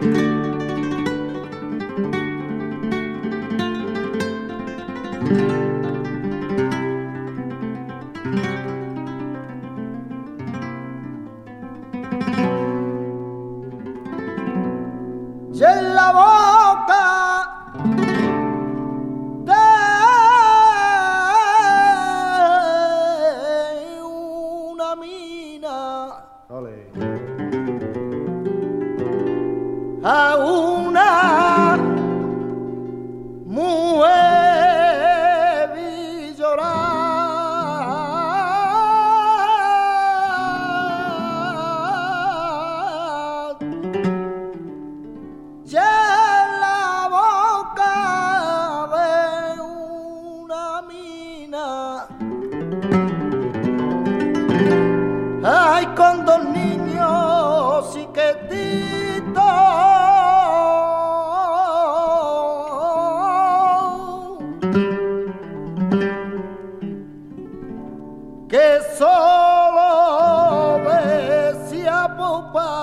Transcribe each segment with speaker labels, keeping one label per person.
Speaker 1: Y en la boca de una mina a una mujer vi llorar. Y en la boca de una mina hay con dos niños chiquititos que solo decía papá.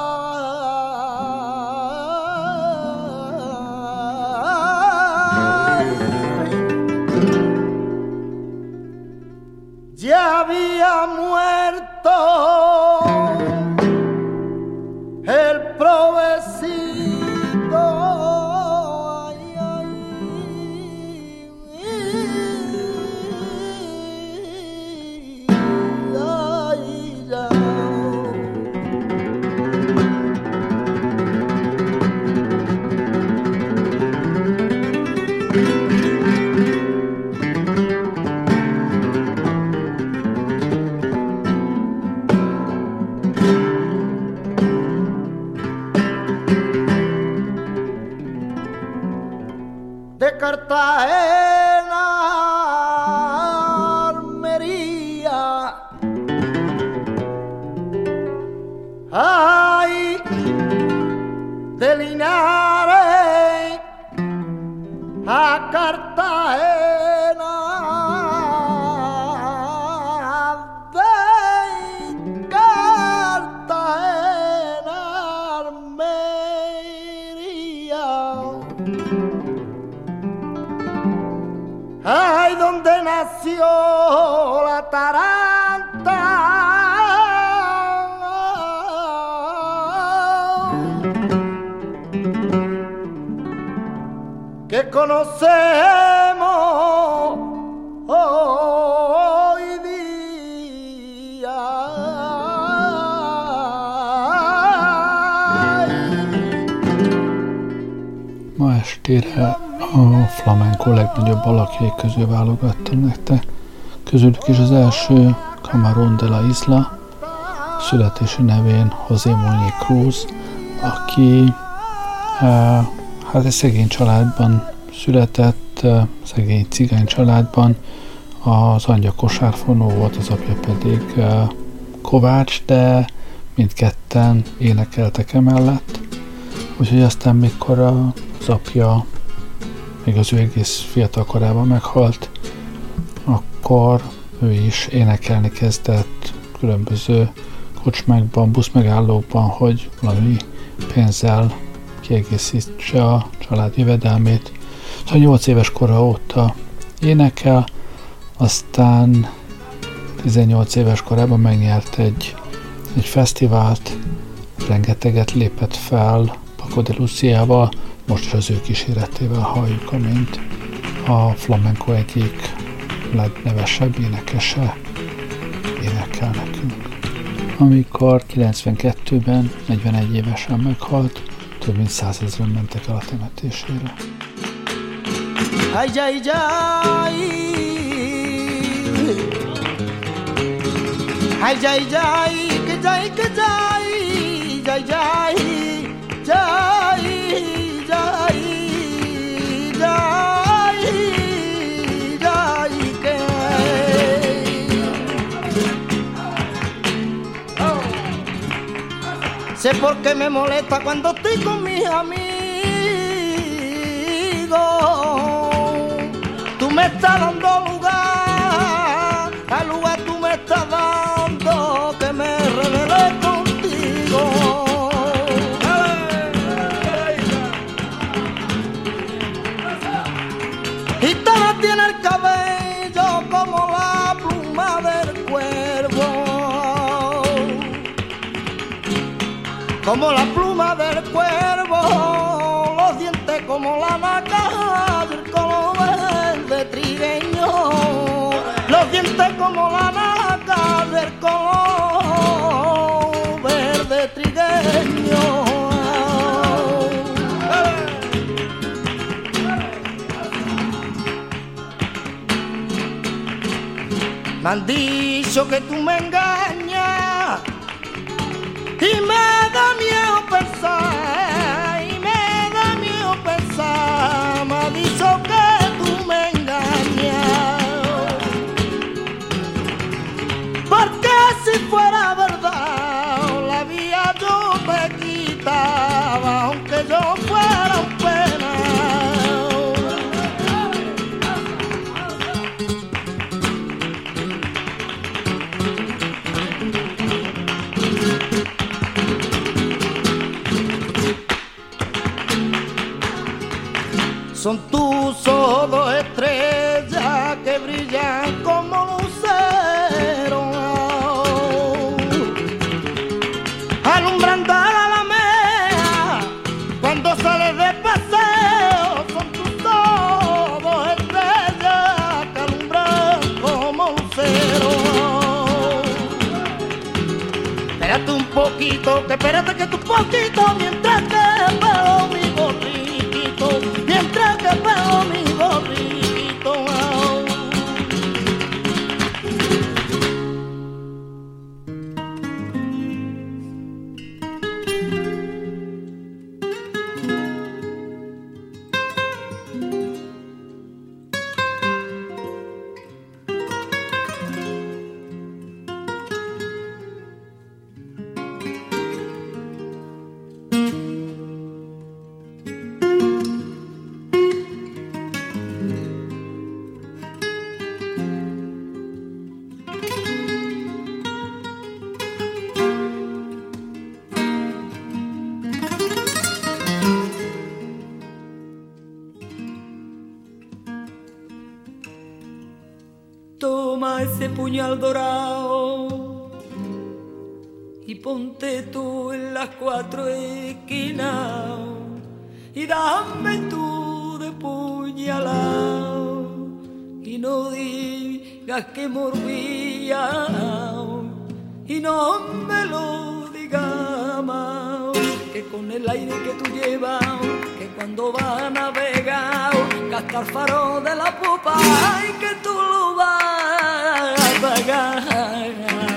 Speaker 1: Ya había muerto el provecito. Ay, ay, ay, ay. De Cartagena a Almería, ay, de Linares a Cartagena, de Cartagena a Almería. Ay, donde nació la taranta, que conocemos hoy día.
Speaker 2: Ma estére a flamenco legnagyobb alakjai közül válogattam nektek. Közülük is az első Camarón de la Isla, születési nevén José Muñiz Cruz, aki hát egy szegény családban született, szegény cigány családban. Az anyja kosárfonó volt, az apja pedig kovács, de mindketten énekeltek emellett. Úgyhogy aztán, mikor az apja még az ő egész fiatal korában meghalt, akkor ő is énekelni kezdett különböző kocsmákban, buszmegállókban, hogy valami pénzzel kiegészítse a család jövedelmét. Szóval 8 éves kora óta énekel, aztán 18 éves korában megnyert egy fesztivált, rengeteget lépett fel Paco de Luciával, most is az ő kíséretével halljuk, amint a flamenco egyik legnevesebb énekese énekel nekünk. Amikor 92-ben 41 évesen meghalt, több mint 100 000 mentek el a temetésére.
Speaker 1: Ay, ay, ay. Ay, ay, ay, que ay, que ay, ay, ay, ay, ay, ay, que. Sé por qué me molesta cuando estoy con mis amigos. Tú me estás dando lugar, al lugar tú me estás dando que me revele contigo. como la pluma del cuervo, los dientes como la vaca, el color verde trigueño, los dientes como la vaca del color verde trigueño. Me han dicho que tú me engañas y me da miedo pensar, y me da miedo pensar. Me ha dicho que tú me engañas, porque si fuera verdad la vida yo te quitaba, aunque yo fuera un penal. Son tus ojos dos estrellas que brillan como luceros, alumbrando a la alameda cuando sales de paseo. Son tus ojos dos estrellas que alumbran como luceros. Espérate un poquito, que espérate que tu poquito, mientras que pego mi gorrito, mientras que pego mi gorrito.
Speaker 3: Toma ese puñal dorado y ponte tú en las cuatro esquinas y dame tú de puñalao y no digas que morbía y no me lo digas más, que con el aire que tú llevas, que cuando vas a navegar gasta el faro de la popa y que tú lo vas a pagar.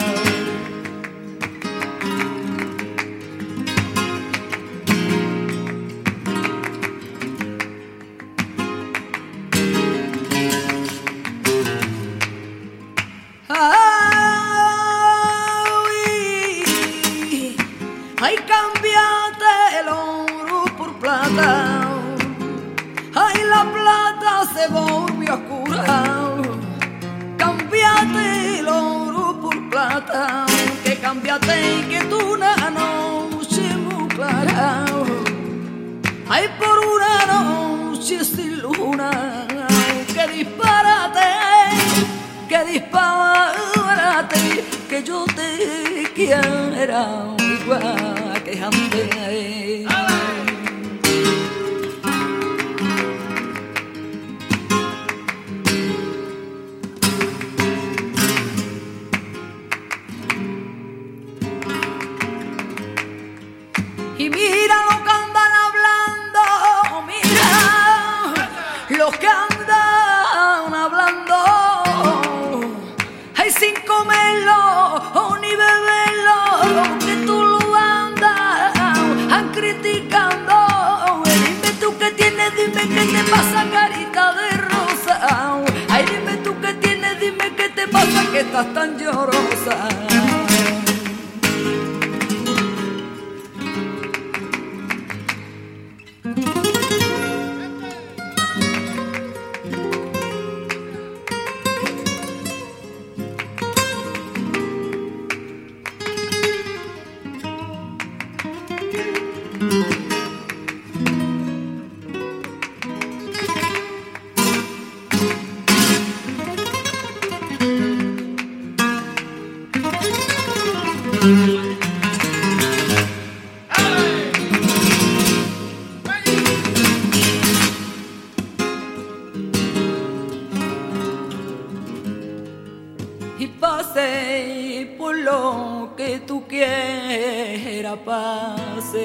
Speaker 3: Ay, cámbiate el oro por plata, ay, la plata se volvió oscura. Cámbiate el oro por plata, que cámbiate y que tú una noche muy clara. Ay, por una noche sin luna, que disparate, que yo te quiera igual que antes. Y mira lo que andan hablando, mira lo que andan hablando, ay, sin comerlo o ni beberlo, que tú lo andas criticando. Dime tú qué tienes, dime qué te pasa, carita de rosa. Ay, dime tú qué tienes, dime qué te pasa, que estás tan llorosa. pase.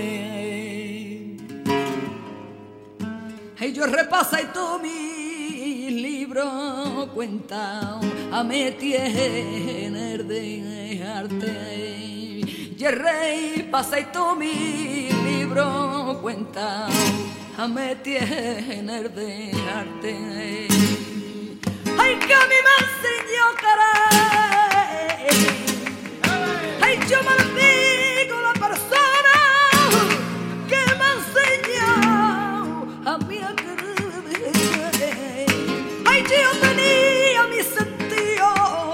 Speaker 3: Ay, yo repasa y todo mi libro cuenta a me tiene de arte. Y el rey pasa y todo mi libro cuenta a me tiene de arte. Ay, que a mí me enseñó caray. Ay, yo maldigo la persona que me ha enseñado a mí a querer. Ay, yo tenía mi sentido.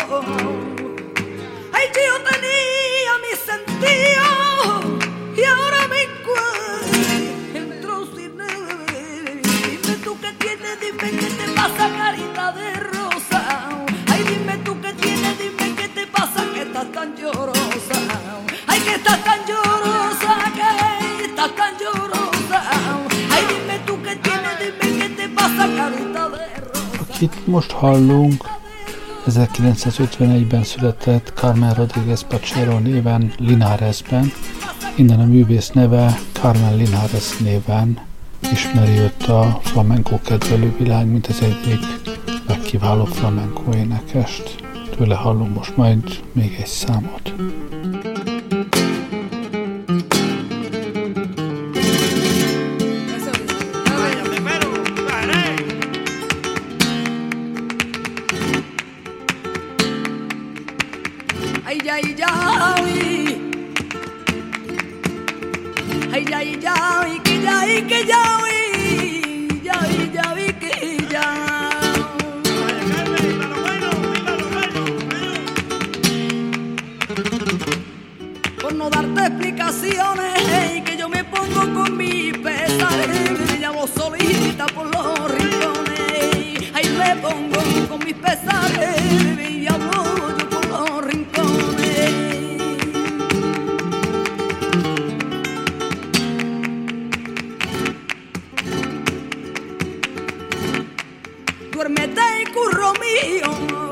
Speaker 3: Ay, yo tenía mi sentido. Y ahora me encuentro sin él. Dime tú qué tienes, dime qué te pasa, carita de rosa. Ay, dime tú qué tienes, dime qué te pasa, que estás tan llorosa. Ay, que estás tan llorosa, que estás tan llorosa. Ay, dime tú qué tienes, dime qué te pasa, carita de rosa.
Speaker 2: Akit most hallunk, 1951-ben született Carmen Rodríguez Pachero néven Linaresben. Innen a művész neve Carmen Linares néven ismeri őt a flamenco kedvelő világ, mint az egyik legkiválóbb flamenco énekest. Tőle hallunk most majd még egy számot.
Speaker 3: Por no darte explicaciones, que yo me pongo con mi pesares, me llamo solita por los rincones. Ahí me pongo con mis pesares, me llamo yo por los rincones. Duérmete, curro mío.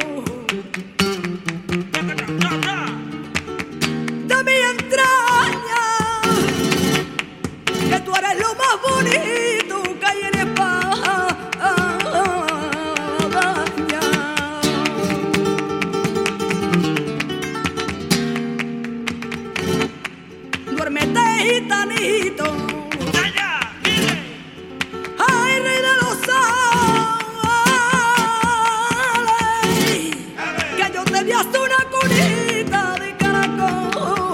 Speaker 3: Bonito que hay en España. Duérmete, gitanito. Ay, rey de los sales, que yo te vi hasta una cunita de caracol.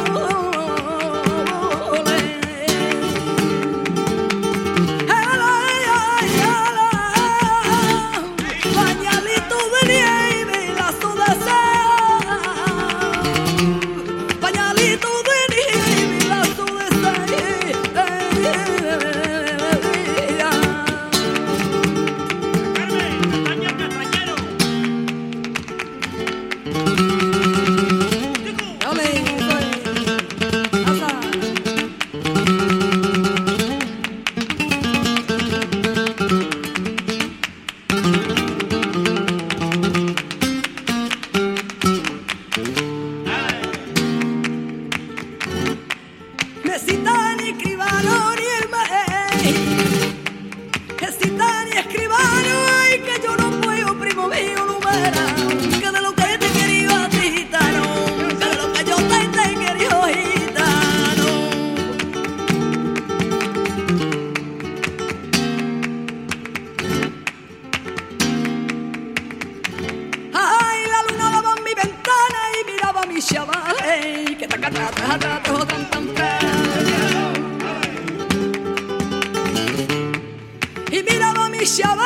Speaker 3: Y miraba mi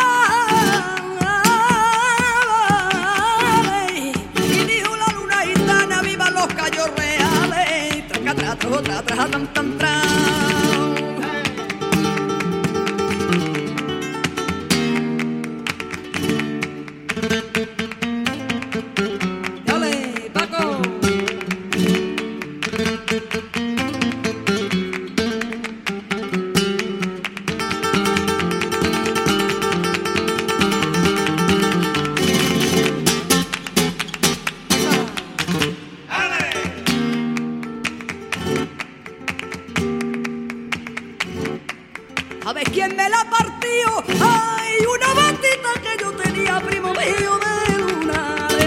Speaker 3: chaval y dijo la luna gitana, viva los callos reales. Traca, traca, traca, traca, tan, tan, tan. A ver quién me la partió. Ay, una batita que yo tenía, primo mío de lunares.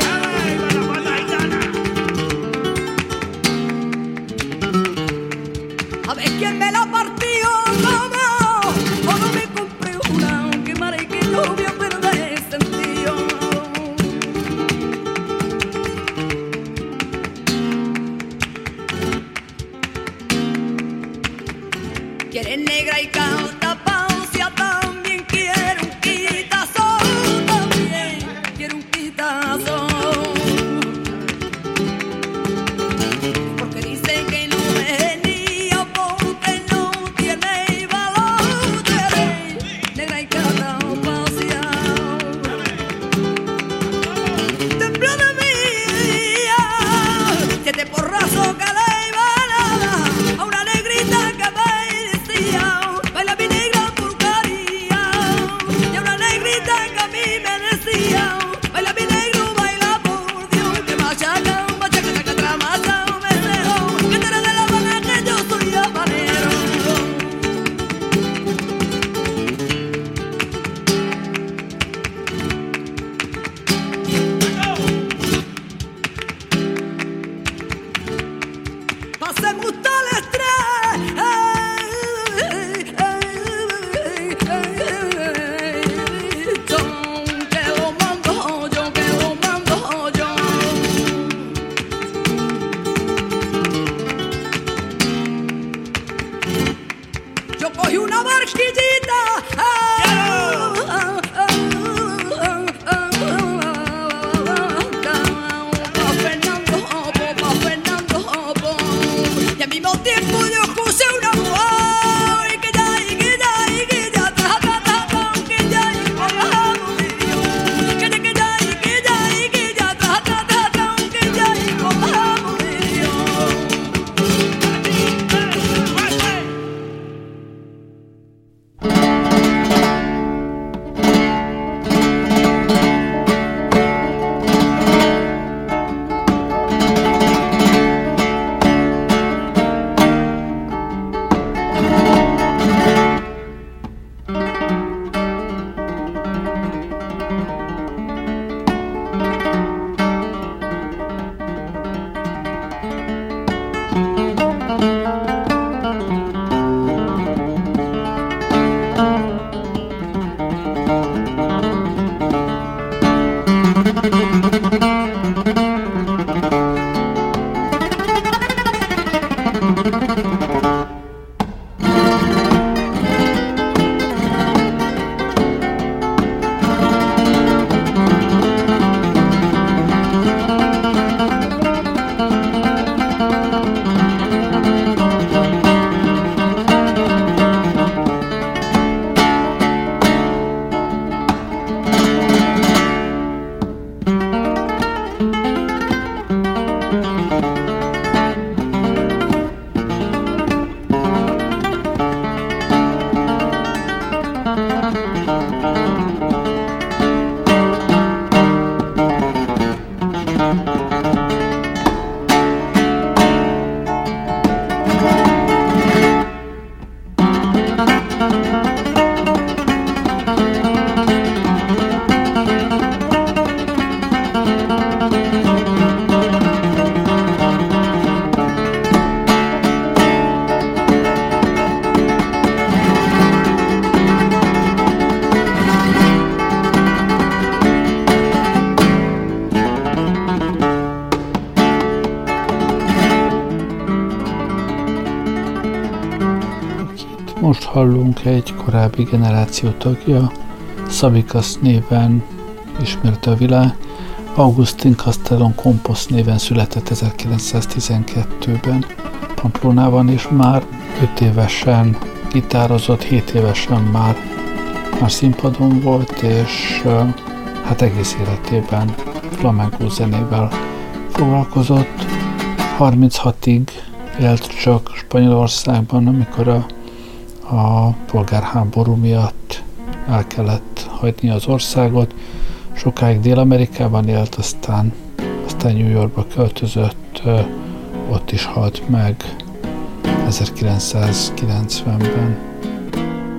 Speaker 3: A ver quién me la partió, mamá. O no me compré una, que madre que yo voy a perder sentido. Quieres negra y cauta pausia, también quiero un quitazo, también quiero un quitazo. Porque dice que no venía porque no tiene valor. Negra y cauta pausia. Tembló de mí, siete porrazos que le iba a dar a una negrita que me baila mi negra porcaría. Y una negrita que a mí me decía, baila mi negro, baila por Dios. Que machaca, machaca, chaca, tramacha, me dejo. Que te de la mano que yo soy habanero. Pasemos tal estrés. Yo cogí una barquillita pa' Fernando, y al mismo tiempo yo puse una voz y que ya, ta, ta, ta, ta, que ya, y con la amo de Dios. Que ya, ta, ta, ta, ta, que ya, y con la amo de Dios.
Speaker 2: Most hallunk egy korábbi generáció tagja, Szabikasz néven ismerte a világ, Agustin Castellon Campos néven született 1912-ben Pamplonában, és már 5 évesen gitározott, 7 évesen már színpadon volt, és hát egész életében flamenco zenével foglalkozott. 36-ig élt csak Spanyolországban, amikor a polgárháború miatt el kellett hagyni az országot. Sokáig Dél-Amerikában élt, aztán New Yorkba költözött, ott is halt meg 1990-ben.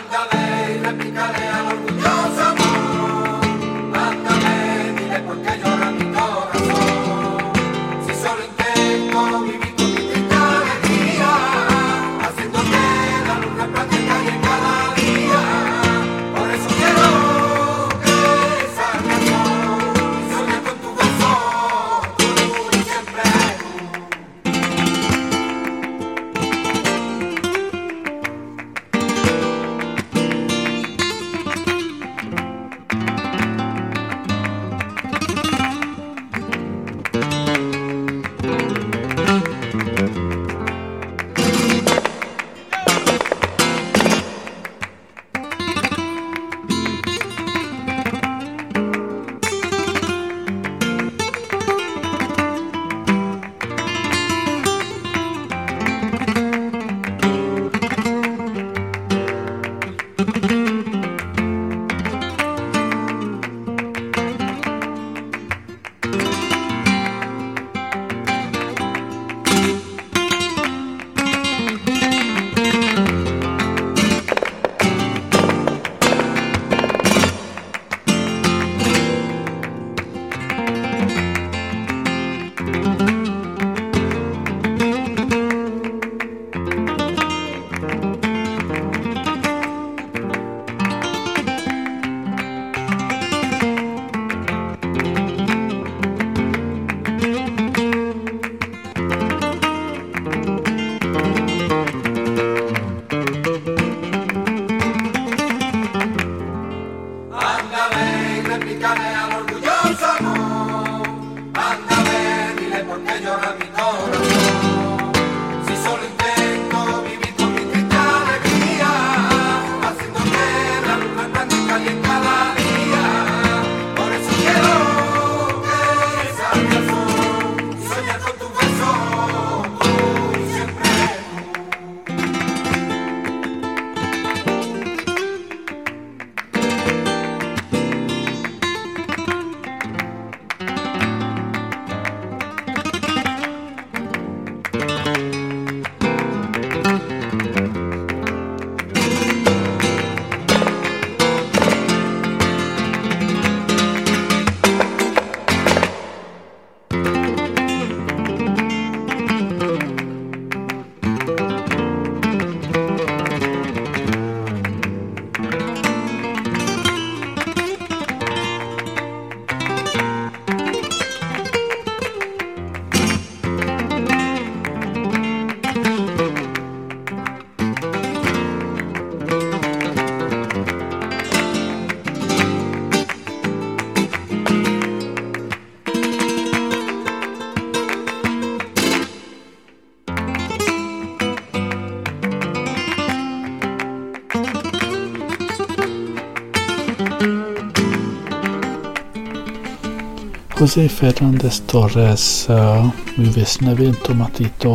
Speaker 2: José Fernández Torres művész nevén Tomatito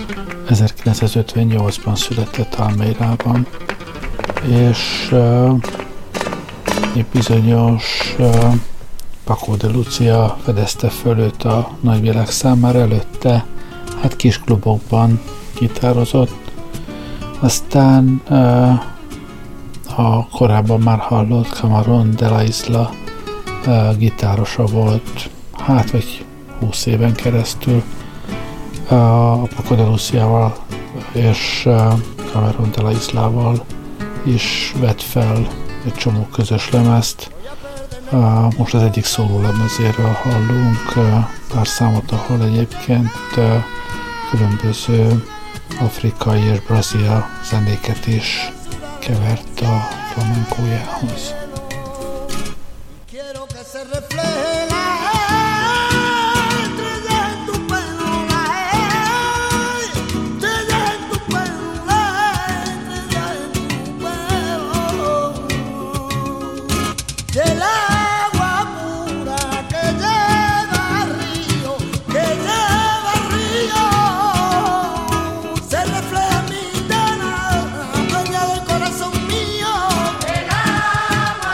Speaker 2: 1958-ban született Almeirában, és egy bizonyos Paco de Lucia fedezte föl őt a nagyvilág számára, előtte hát kis klubokban gitározott, aztán a korábban már hallott Camarón de la Isla gitárosa volt, hát vagy 20 éven keresztül. A Paco de Luciával és Camarón de la Islával is vett fel egy csomó közös lemezt. Most az egyik szóló lemezéről hallunk pár számot, ahol egyébként különböző afrikai és brazil zenéket is kevert a flamencójához.
Speaker 1: El agua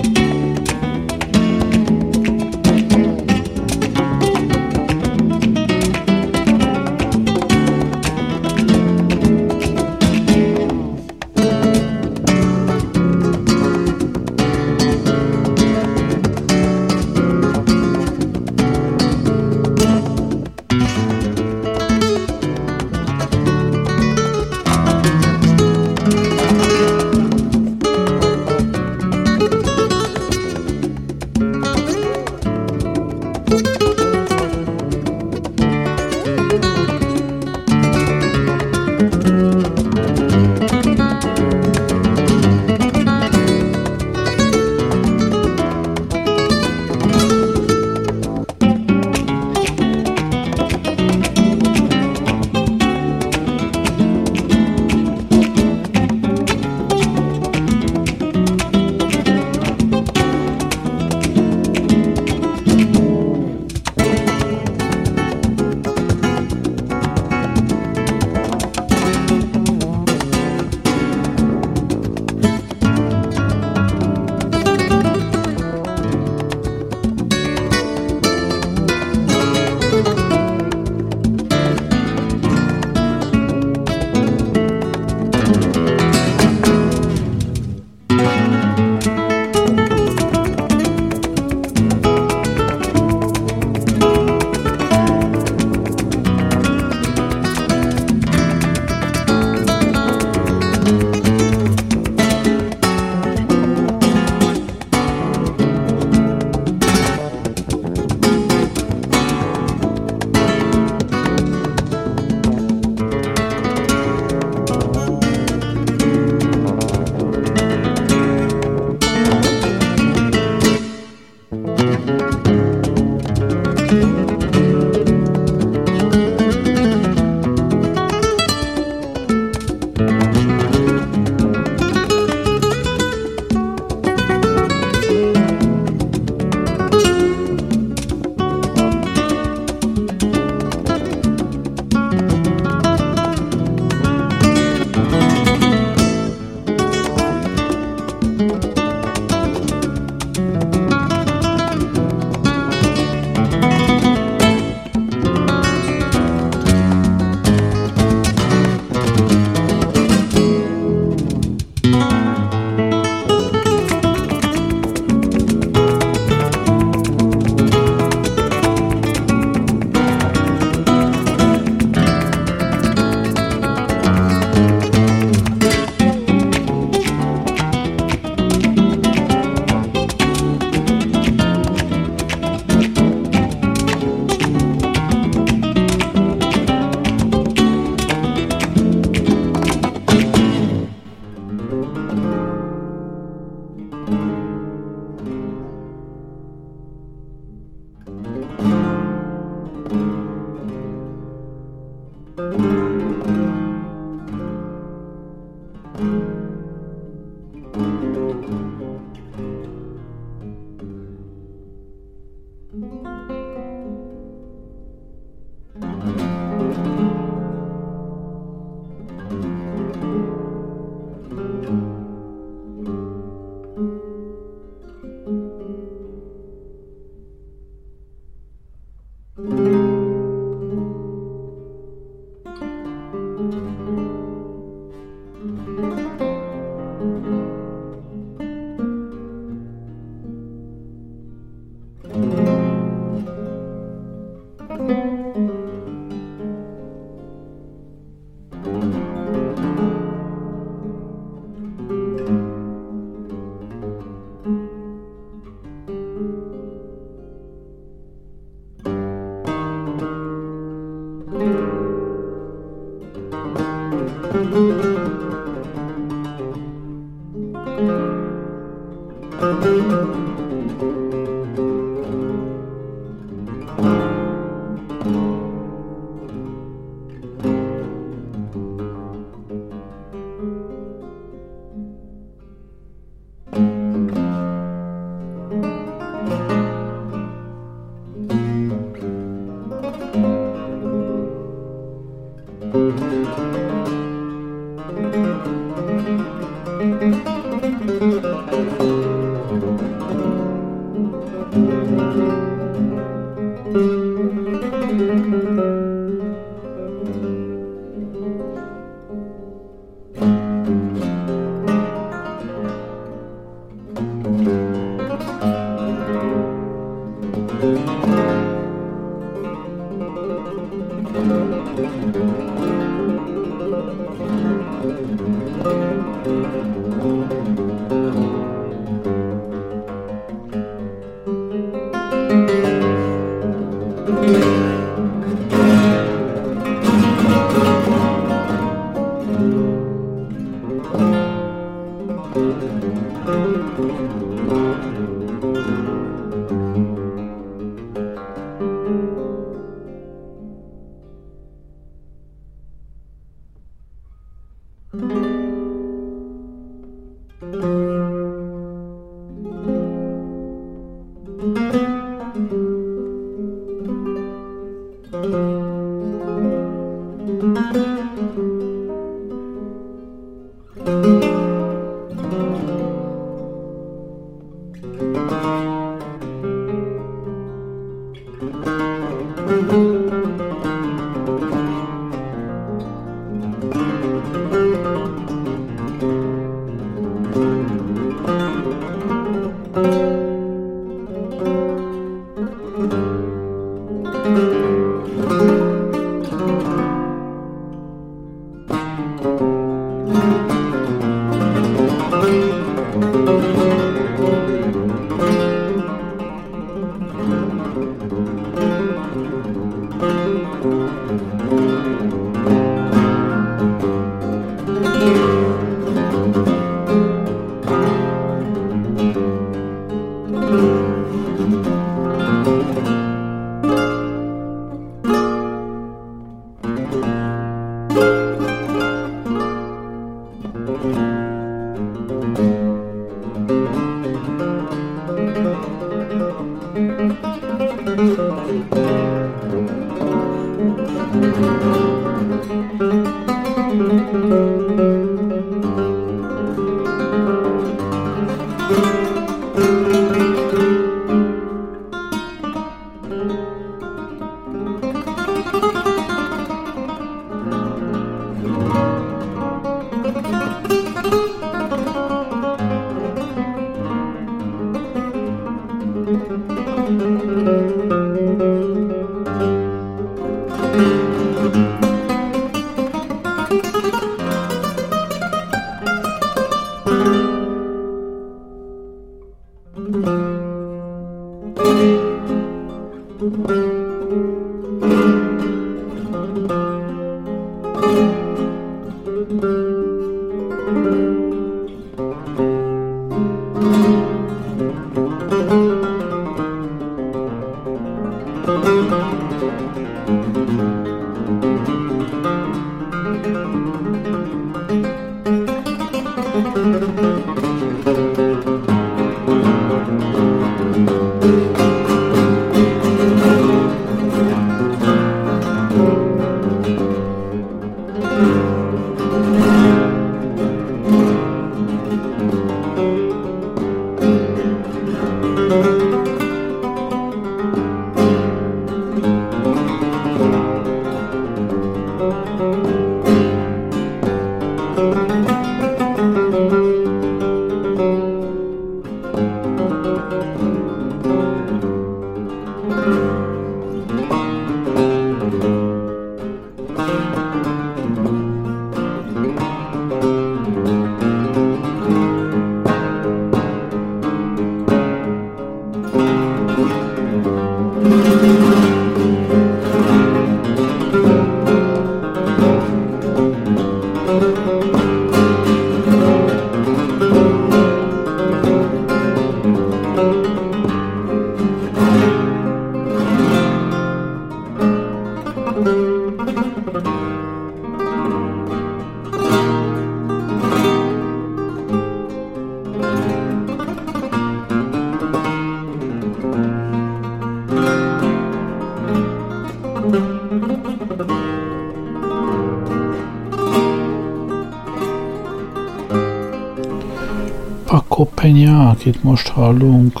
Speaker 2: Paco Peña, akit most hallunk,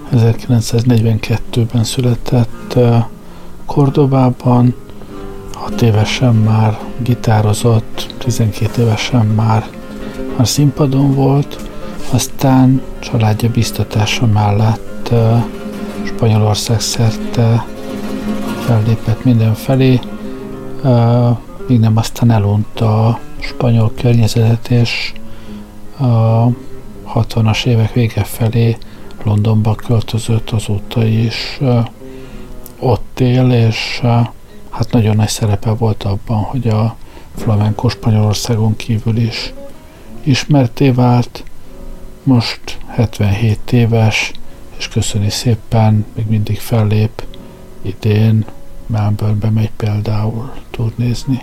Speaker 2: 1942-ben született Cordobában, 6 évesen már gitározott, 12 évesen már színpadon volt, aztán családja biztatása mellett Spanyolország szerte fellépett mindenfelé, míg nem aztán elunta a spanyol környezetet, és a 60-as évek vége felé Londonba költözött, azóta is ott él, és hát nagyon nagy szerepe volt abban, hogy a flamenco Spanyolországon kívül is ismertté vált. Most 77 éves, és köszöni szépen, még mindig fellép. Idén Melbourne-be megy például turnézni.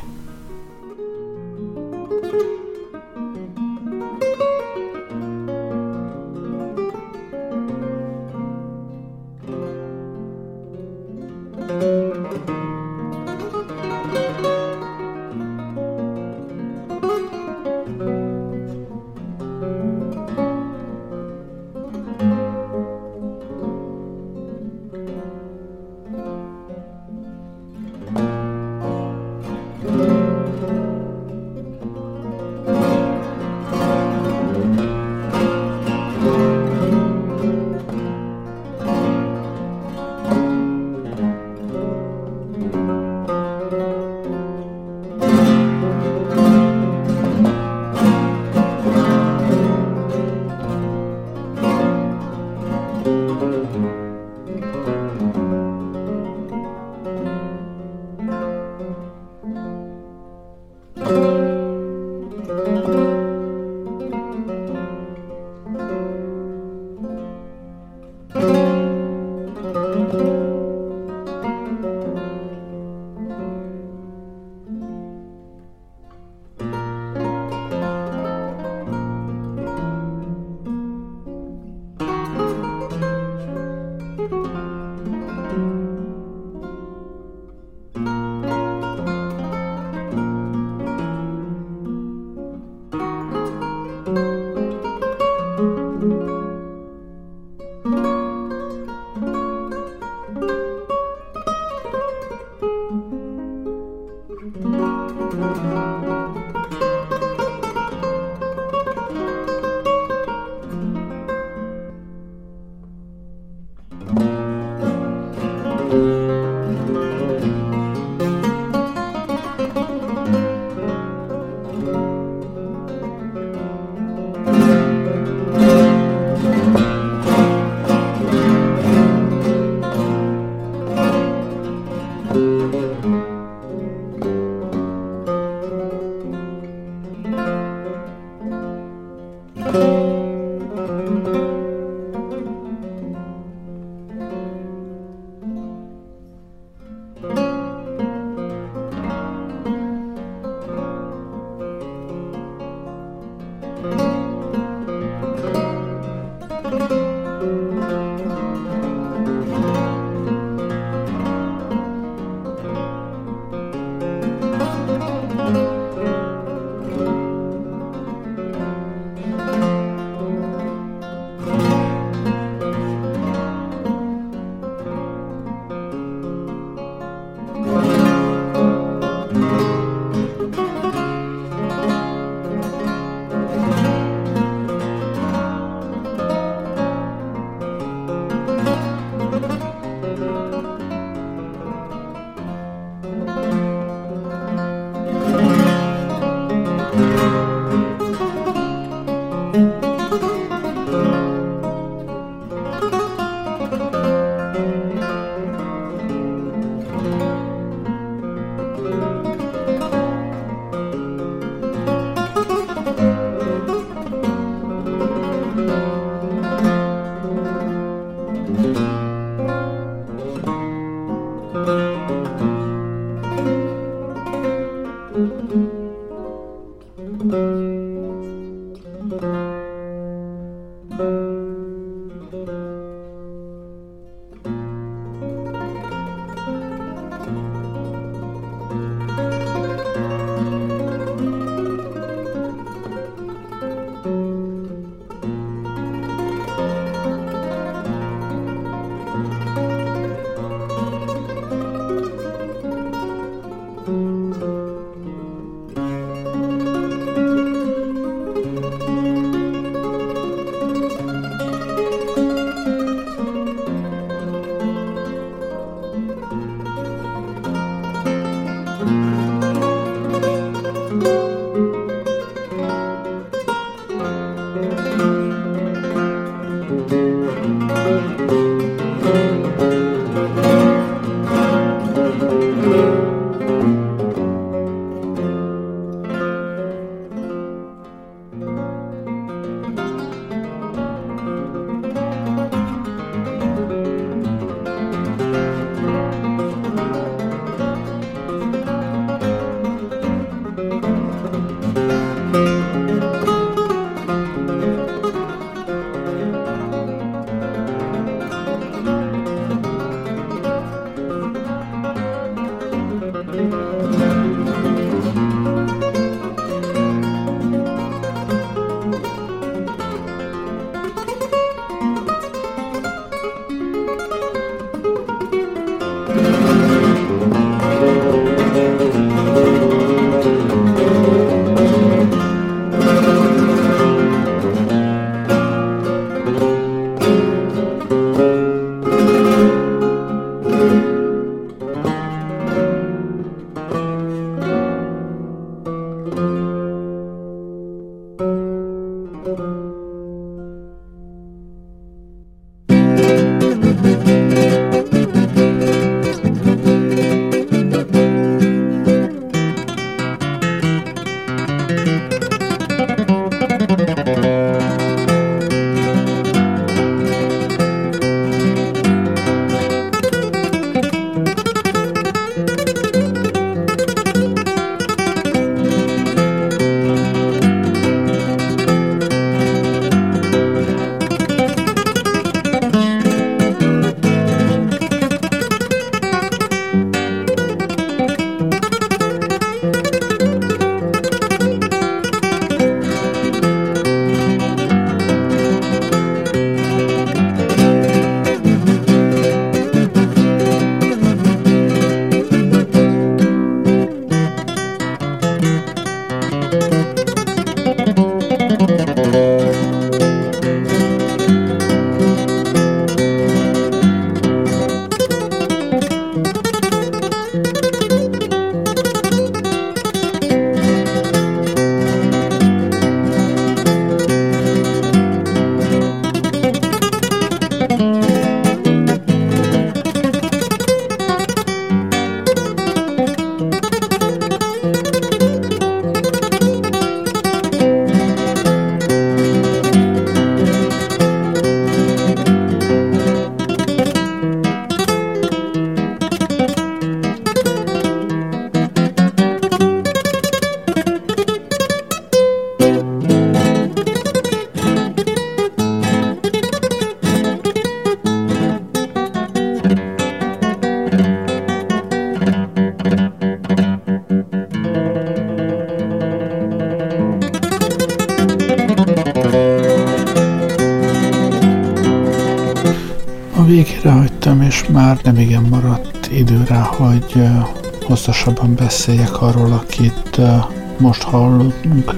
Speaker 2: Végére hagytam, és már nem igen maradt idő rá, hogy hosszasabban beszéljek arról, akit most hallunk.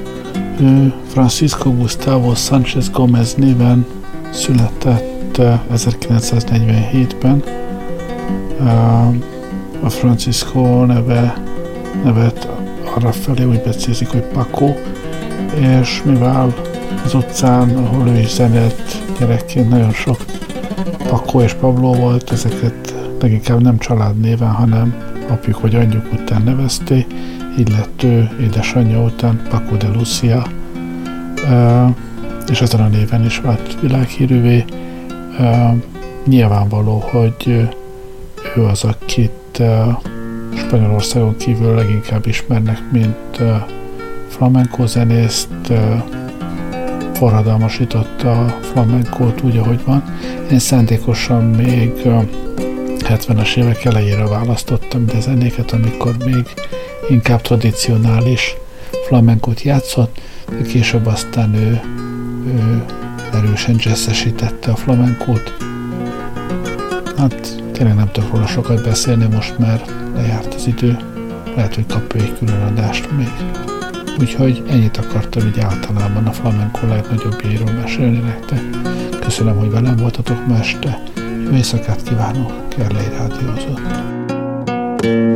Speaker 2: Ő Francisco Gustavo Sánchez Gómez néven született 1947-ben. A Francisco nevet arra felé úgy becézik, hogy Paco, és mivel az utcán, ahol ő is zenelt gyerekként, nagyon sok Paco és Pablo volt, ezeket leginkább nem családnéven, hanem apjuk vagy anyjuk után nevezték, így lett ő édesanyja után Paco de Lucia, és ezen a néven is vált világhírűvé. Nyilvánvaló, hogy ő az, akit Spanyolországon kívül leginkább ismernek, mint flamenco zenészt, forradalmasította a flamenkót úgy, ahogy van. Én szándékosan még a 70-es évek elejére választottam de zenéket, amikor még inkább tradicionális flamenkót játszott, de később aztán ő erősen jazzesítette a flamenkót. Hát tényleg nem tudok róla sokat beszélni most, mert lejárt az idő. Lehet, hogy kap egy külön adást még. Úgyhogy ennyit akartam így általában a flamenco legnagyobbjairól mesélni nektek. Köszönöm, hogy velem voltatok ma este. Jó éjszakát kívánok, Gerlei Rádiózott.